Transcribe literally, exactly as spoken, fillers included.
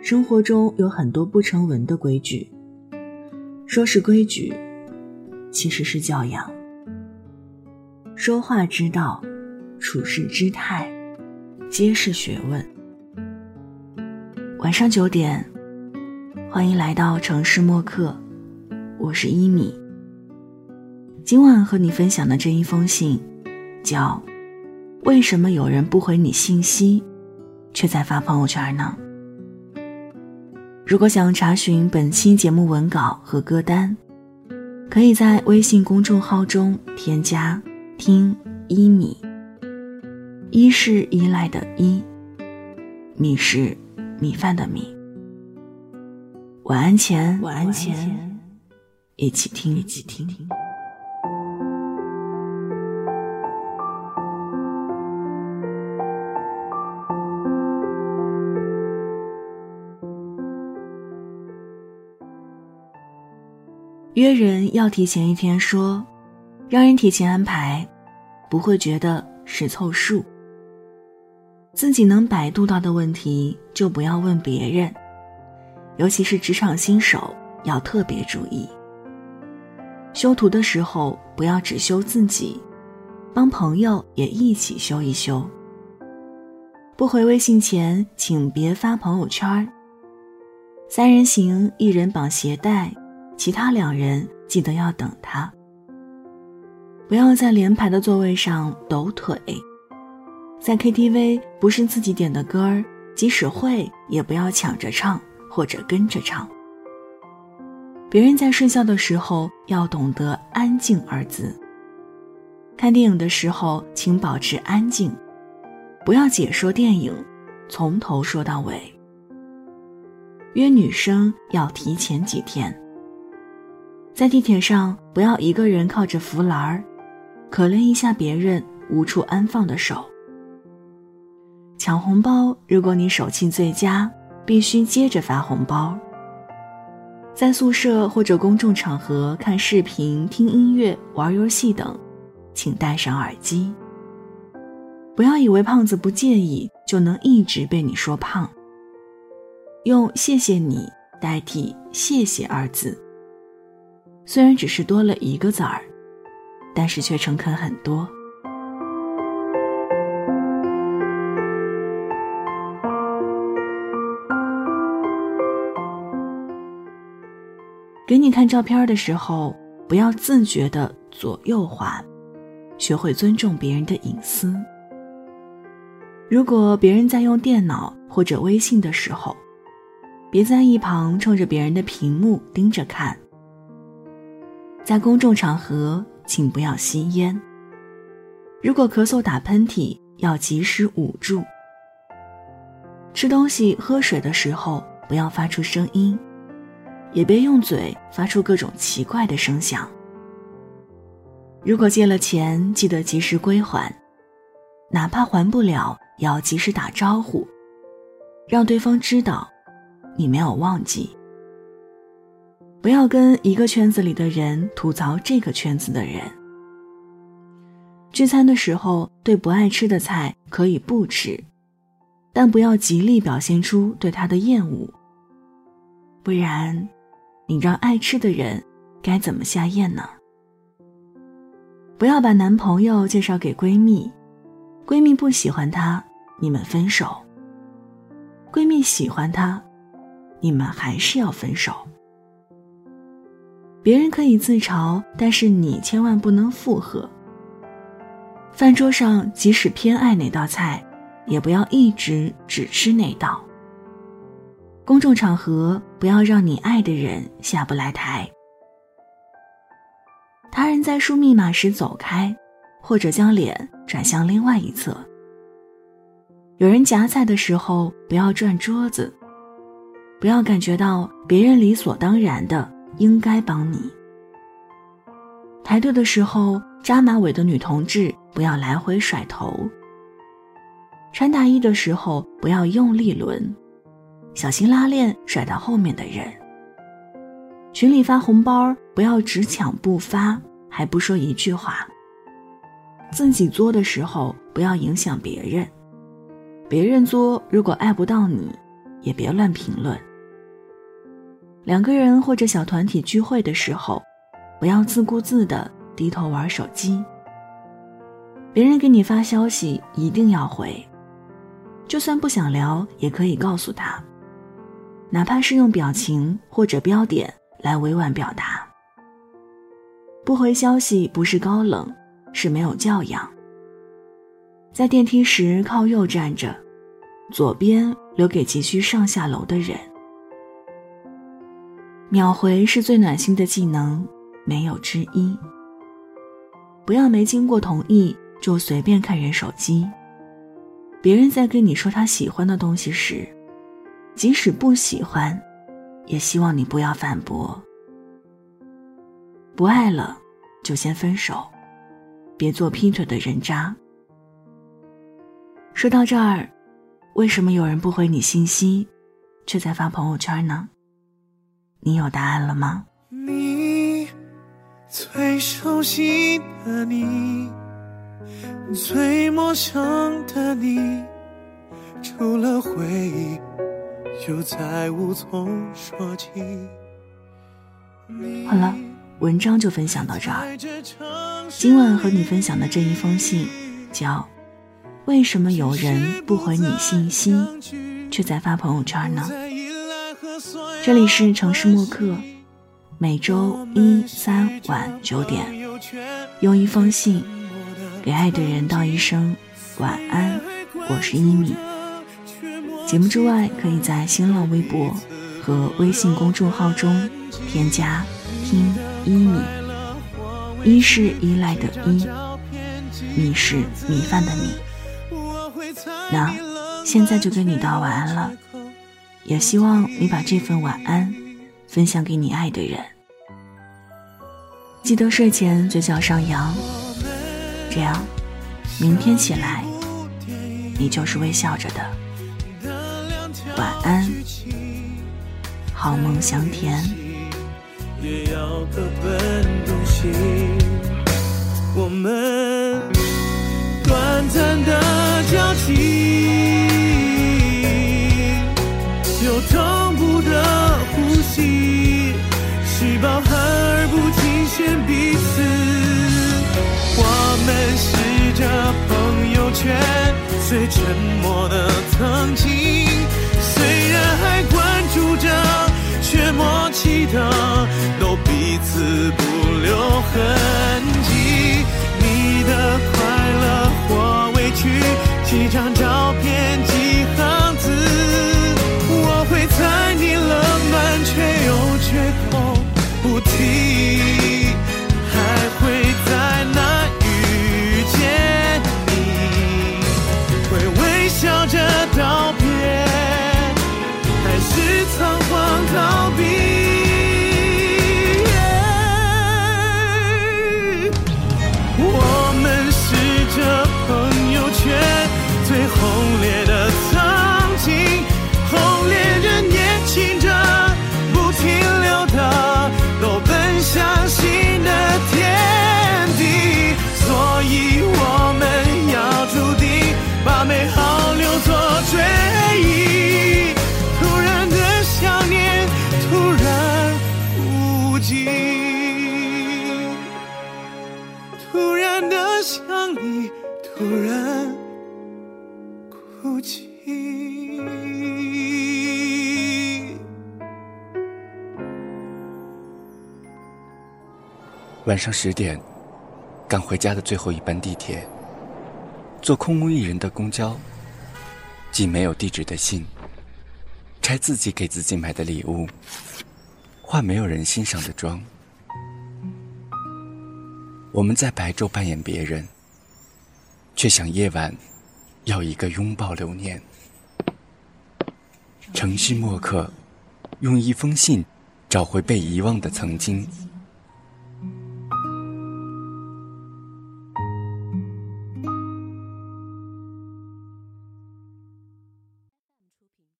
生活中有很多不成文的规矩，说是规矩，其实是教养。说话之道，处事之态，皆是学问。晚上九点，欢迎来到城市默客，我是一米。今晚和你分享的这一封信叫为什么有人不回你信息却在发朋友圈呢？如果想查询本期节目文稿和歌单，可以在微信公众号中添加听一米，一是依赖的依，米是米饭的米。晚安前，晚安前，一起听，一起听。约人要提前一天说，让人提前安排，不会觉得是凑数。自己能百度到的问题就不要问别人，尤其是职场新手要特别注意。修图的时候不要只修自己，帮朋友也一起修一修。不回微信前请别发朋友圈。三人行一人绑鞋带，其他两人记得要等他。不要在连排的座位上抖腿。在 K T V 不是自己点的歌儿，即使会也不要抢着唱或者跟着唱。别人在睡觉的时候要懂得安静二字。看电影的时候请保持安静，不要解说电影，从头说到尾。约女生要提前几天。在地铁上不要一个人靠着扶栏，可怜一下别人无处安放的手。抢红包，如果你手气最佳，必须接着发红包。在宿舍或者公众场合看视频、听音乐、玩游戏等，请戴上耳机。不要以为胖子不介意就能一直被你说胖。用谢谢你代替谢谢二字，虽然只是多了一个字儿，但是却诚恳很多。给你看照片的时候，不要自觉地左右滑，学会尊重别人的隐私。如果别人在用电脑或者微信的时候，别在一旁冲着别人的屏幕盯着看。在公众场合请不要吸烟。如果咳嗽打喷嚏要及时捂住。吃东西喝水的时候不要发出声音，也别用嘴发出各种奇怪的声响。如果借了钱记得及时归还，哪怕还不了也要及时打招呼，让对方知道你没有忘记。不要跟一个圈子里的人吐槽这个圈子的人。聚餐的时候对不爱吃的菜可以不吃，但不要极力表现出对他的厌恶，不然你让爱吃的人该怎么下咽呢？不要把男朋友介绍给闺蜜，闺蜜不喜欢他，你们分手。闺蜜喜欢他，你们还是要分手。别人可以自嘲，但是你千万不能附和。饭桌上即使偏爱哪道菜，也不要一直只吃那道。公众场合不要让你爱的人下不来台。他人在输密码时走开，或者将脸转向另外一侧。有人夹菜的时候不要转桌子，不要感觉到别人理所当然的应该帮你。排队的时候扎马尾的女同志不要来回甩头。穿大衣的时候不要用力抡，小心拉链甩到后面的人。群里发红包不要只抢不发，还不说一句话。自己作的时候不要影响别人，别人作如果爱不到你， 也别乱评论。两个人或者小团体聚会的时候，不要自顾自地低头玩手机。别人给你发消息一定要回，就算不想聊也可以告诉他，哪怕是用表情或者标点来委婉表达。不回消息不是高冷，是没有教养。在电梯时靠右站着，左边留给急需上下楼的人。秒回是最暖心的技能，没有之一。不要没经过同意就随便看人手机。别人在跟你说他喜欢的东西时，即使不喜欢，也希望你不要反驳。不爱了就先分手，别做劈腿的人渣。说到这儿，为什么有人不回你信息，却在发朋友圈呢？你有答案了吗？ 你最熟悉的你，最陌生的你，除了回忆就再无从说起。 好了，文章就分享到这儿。今晚和你分享的这一封信叫为什么有人不回你信息，却在发朋友圈呢？这里是城市默客，每周一三晚九点，用一封信给爱的人道一声晚安。我是一米。节目之外，可以在新浪微博和微信公众号中添加听一米，一是依赖的依，米是米饭的米。那现在就跟你道晚安了，也希望你把这份晚安分享给你爱的人。记得睡前嘴角上扬，这样明天起来你就是微笑着的。晚安，好梦香甜。 也要各奔东西，我们短暂的交集，有同步的呼吸，是饱含而不惊羡彼此。我们试着朋友圈最沉默的曾经，虽然还关注着，却默契的都彼此不留痕迹。你的快乐或委屈，几张照片几行字，我会猜你冷暖，却又绝口不提，还会在哪遇见你，会微笑着道别，还是仓皇逃避。我们试着朋友圈最轰烈的曾经，轰烈着年轻着不停留的，都奔向新的天地。所以我们要注定把美好留作追忆，突然的想念突然无尽，突然的想你突然哭泣。 晚上十点，赶回家的最后一班地铁，坐空无一人的公交，寄没有地址的信，拆自己给自己买的礼物，化没有人欣赏的妆。我们在白昼扮演别人，却想夜晚要一个拥抱留念。城市默客，用一封信找回被遗忘的曾经。